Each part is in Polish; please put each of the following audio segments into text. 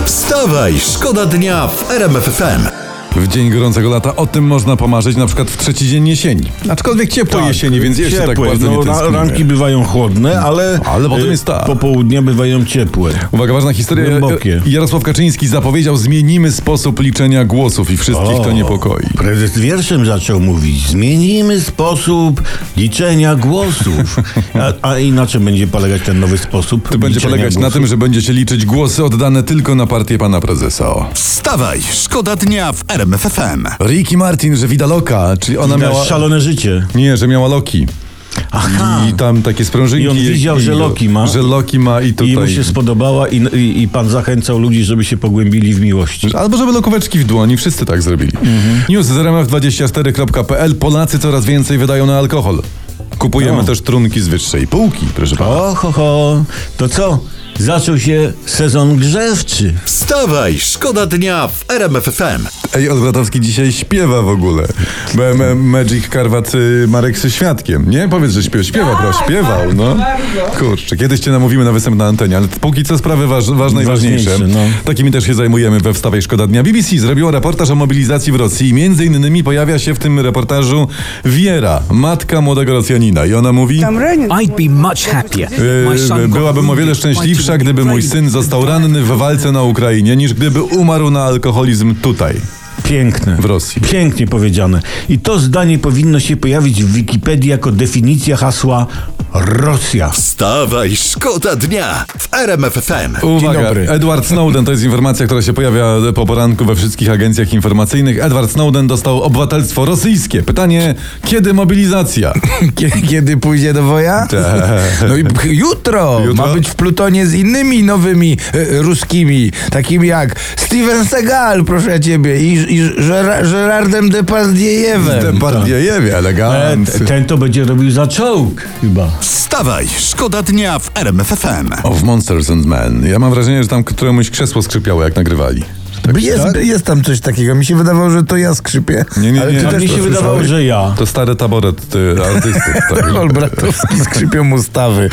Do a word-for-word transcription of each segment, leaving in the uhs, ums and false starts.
Wstawaj, szkoda dnia w R M F F M. W dzień gorącego lata o tym można pomarzyć na przykład w trzeci dzień jesieni. Aczkolwiek ciepło Tak, jesieni, więc jeszcze ciepłe. tak bardzo no, nie tęsknimy. Ranki bywają chłodne, ale, Ale potem y, jest tak. popołudnie bywają ciepłe. Uwaga, ważna historia. Głębokie. Jarosław Kaczyński zapowiedział: zmienimy sposób liczenia głosów i wszystkich to niepokoi. Prezes wierszem zaczął mówić: zmienimy sposób liczenia głosów. A, a inaczej będzie polegać ten nowy sposób To będzie liczenia polegać na głosów? tym, że będziecie liczyć głosy oddane tylko na partię pana prezesa. O. Wstawaj, szkoda dnia w R M F F M. Ricky Martin, że Vida Loca, czyli ona Widać miała... szalone życie. Nie, że miała Loki. Aha. I tam takie sprężynki. I on widział, że Loki ma. Że Loki ma i tutaj... I mu się spodobała i, i, i pan zachęcał ludzi, żeby się pogłębili w miłości. Albo żeby lokóweczki w dłoni, wszyscy tak zrobili. Mhm. News z R M F dwadzieścia cztery kropka p l. Polacy coraz więcej wydają na alkohol. Kupujemy No. też trunki z wyższej półki, proszę pana. O, ho, ho. To co? Zaczął się sezon grzewczy. Wstawaj, szkoda dnia w R M F F M. Ej, Olbratowski dzisiaj śpiewa w ogóle. Bo ma- Magic Karwat y, Marek ze świadkiem. Nie? Powiedz, że śpiewa. Śpiewa, bro, śpiewał, no. Kurczę, kiedyś cię namówimy na występ na antenie, ale póki co sprawy waż, ważne i ważniejsze. Ważniejsze, no. Takimi też się zajmujemy we Wstawaj Szkoda Dnia. B B C zrobiło reportaż o mobilizacji w Rosji i między innymi pojawia się w tym reportażu Wiera, matka młodego Rosjanina. I ona mówi... I'd be much happier. My son Yy, got byłabym o wiele wounded szczęśliwsza, fighting gdyby in mój Ukraine. syn został ranny w walce na Ukrainie, niż gdyby umarł na alkoholizm tutaj, Piękne. w Rosji. Pięknie powiedziane. I to zdanie powinno się pojawić w Wikipedii jako definicja hasła Rosja. Wstawaj, szkoda dnia w R M F F M. Uwaga, dobry. Edward Snowden to jest informacja, która się pojawia po poranku we wszystkich agencjach informacyjnych. Edward Snowden dostał obywatelstwo rosyjskie. Pytanie, kiedy mobilizacja? Kiedy, kiedy pójdzie do woja? Tak. No i p- jutro, Jutro? ma być w Plutonie z innymi nowymi e, ruskimi, takimi jak Steven Seagal, proszę ciebie, i, i Gera- Gerardem Depardieu'em. Depardiejewie, E, elegancko. ten to będzie robił za czołg chyba. Wstawaj, szkoda dnia w R M F F M. Of Monsters and Men. Ja mam wrażenie, że tam któremuś krzesło skrzypiało, jak nagrywali. Jest, jest tam coś takiego. Mi się wydawało, że to ja skrzypię. Nie, nie, Ale nie. ty A A też mnie to się wydawało, słyszałeś? że ja. To stary taboret y, artystów. Tak. Olbratowski skrzypią ustawy.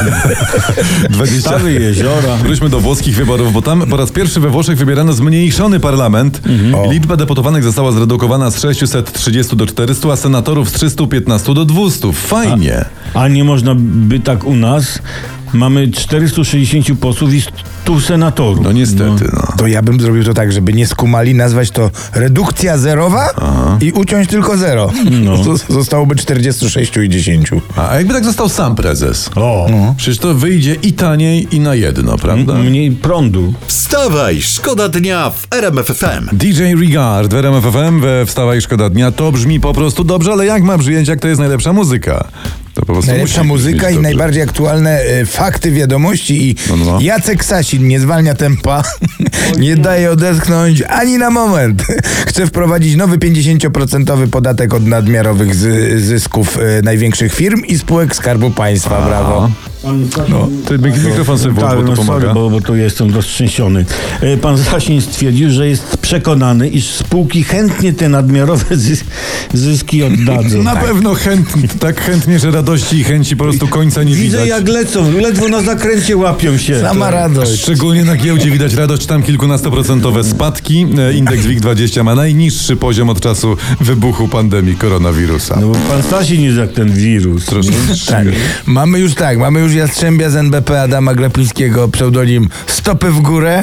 dwadzieścia Stawy jeziora. Wróćmy do włoskich wyborów, bo tam po raz pierwszy we Włoszech wybierano zmniejszony parlament. O. Liczba deputowanych została zredukowana z sześciuset trzydziestu do czterystu, a senatorów z trzystu piętnastu do dwustu. Fajnie. A nie można by tak u nas. Mamy czterystu sześćdziesięciu posłów i stu senatorów. No niestety, no. To ja bym zrobił to tak, żeby nie skumali, nazwać to redukcja zerowa i uciąć tylko zero. No. To zostałoby czterdziestu sześciu i dziesięciu. A jakby tak został sam prezes? O, Przecież to wyjdzie i taniej, i na jedno, prawda? mniej prądu. Wstawaj, szkoda dnia w R M F F M. D J Regard w R M F F M we Wstawaj Szkoda Dnia. To brzmi po prostu dobrze, ale jak ma brzmieć, jak to jest najlepsza muzyka? To po prostu Najlepsza musi muzyka brzmieć i dobrze. najbardziej aktualne e, fakty, wiadomości i No, no. Jacek Sasin nie zwalnia tempa, nie daje odetchnąć ani na moment. Chce wprowadzić nowy pięćdziesięcioprocentowy podatek od nadmiarowych z, zysków e, największych firm i spółek Skarbu Państwa. Brawo. No, ty mik- mikrofon sobie włącz, Tak, bo to no pomaga. sorry, bo, bo tu jestem roztrzęsiony. E, Pan Sasin stwierdził, że jest przekonany, iż spółki chętnie te nadmiarowe zys- zyski oddadzą. Na pewno chętnie, tak chętnie, że radości i chęci po prostu końca nie Widzę widać. jak lecą, ledwo na zakręcie łapią się. Sama radość. Szczególnie na giełdzie widać radość, tam kilkunastoprocentowe spadki. E, Indeks W I G dwadzieścia ma najniższy poziom od czasu wybuchu pandemii koronawirusa. No bo pan Sasin jest jak ten wirus. Troszkę. Tak. Mamy już tak, mamy już Jastrzębia z N B P Adama Glapińskiego, pseudonim Stopy w górę.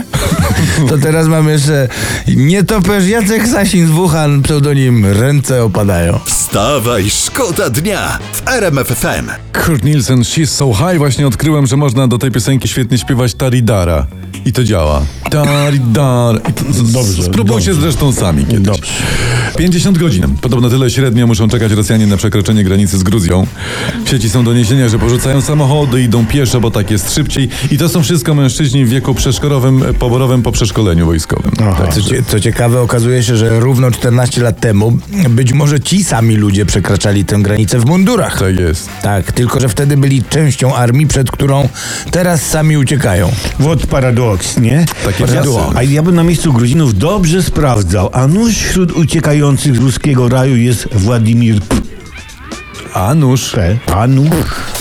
To teraz mamy jeszcze nietoperz Jacek Sasin z Wuhan, pseudonim Ręce opadają. Wstawaj, szkoda dnia w R M F F M. Kurt Nielsen, She's So High. Właśnie odkryłem, że można do tej piosenki świetnie śpiewać Taridara. I to działa. Taridara. I to, z- Dobrze, Spróbujcie dobrze. zresztą sami kiedyś. Dobrze. pięćdziesiąt godzin. Podobno tyle średnio muszą czekać Rosjanie na przekroczenie granicy z Gruzją. W sieci są doniesienia, że porzucają samochody, idą pieszo, bo tak jest szybciej. I to są wszystko mężczyźni w wieku przeszkolowym, poborowym po przeszkoleniu wojskowym. Tak, co, cie, co ciekawe, okazuje się, że równo czternaście lat temu być może ci sami ludzie przekraczali tę granicę w mundurach. Tak jest. Tak, tylko że wtedy byli częścią armii, przed którą teraz sami uciekają. Вот paradoks, nie? Takie Paradoks. czasy. A ja bym na miejscu Gruzinów dobrze sprawdzał, a nuż wśród uciekających z ruskiego raju jest Władimir P. A nóż. P. A nuż.